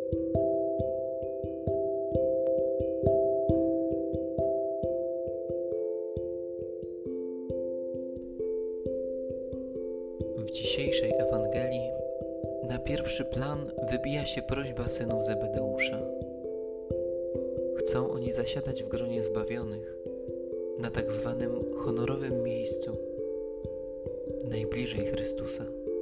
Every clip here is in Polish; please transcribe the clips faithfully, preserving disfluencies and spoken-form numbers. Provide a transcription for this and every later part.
W dzisiejszej Ewangelii na pierwszy plan wybija się prośba synów Zebedeusza. Chcą oni zasiadać w gronie zbawionych na tak zwanym honorowym miejscu, najbliżej Chrystusa.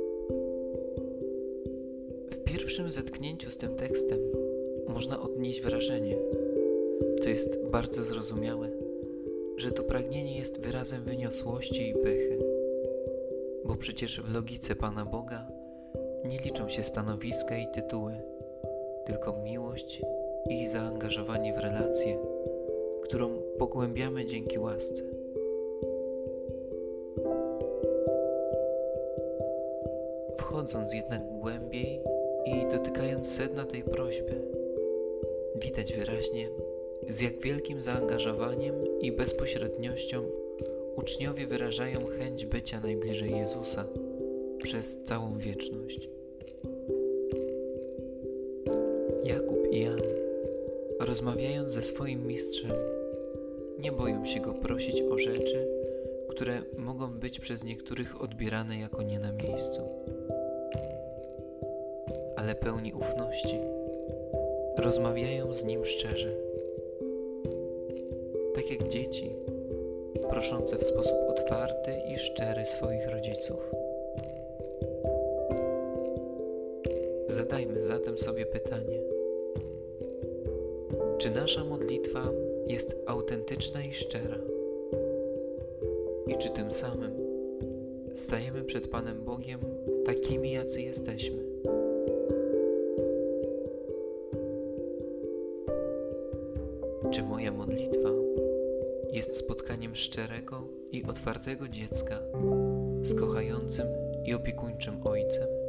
W pierwszym zetknięciu z tym tekstem można odnieść wrażenie, co jest bardzo zrozumiałe, że to pragnienie jest wyrazem wyniosłości i pychy, bo przecież w logice Pana Boga nie liczą się stanowiska i tytuły, tylko miłość i zaangażowanie w relację, którą pogłębiamy dzięki łasce. Wchodząc jednak głębiej i dotykając sedna tej prośby, widać wyraźnie, z jak wielkim zaangażowaniem i bezpośredniością uczniowie wyrażają chęć bycia najbliżej Jezusa przez całą wieczność. Jakub i Jan, rozmawiając ze swoim mistrzem, nie boją się go prosić o rzeczy, które mogą być przez niektórych odbierane jako nie na miejscu, ale pełni ufności rozmawiają z nim szczerze, tak jak dzieci proszące w sposób otwarty i szczery swoich rodziców. Zadajmy zatem sobie pytanie: czy nasza modlitwa jest autentyczna i szczera? I czy tym samym stajemy przed Panem Bogiem takimi, jacy jesteśmy? Czy moja modlitwa jest spotkaniem szczerego i otwartego dziecka z kochającym i opiekuńczym Ojcem?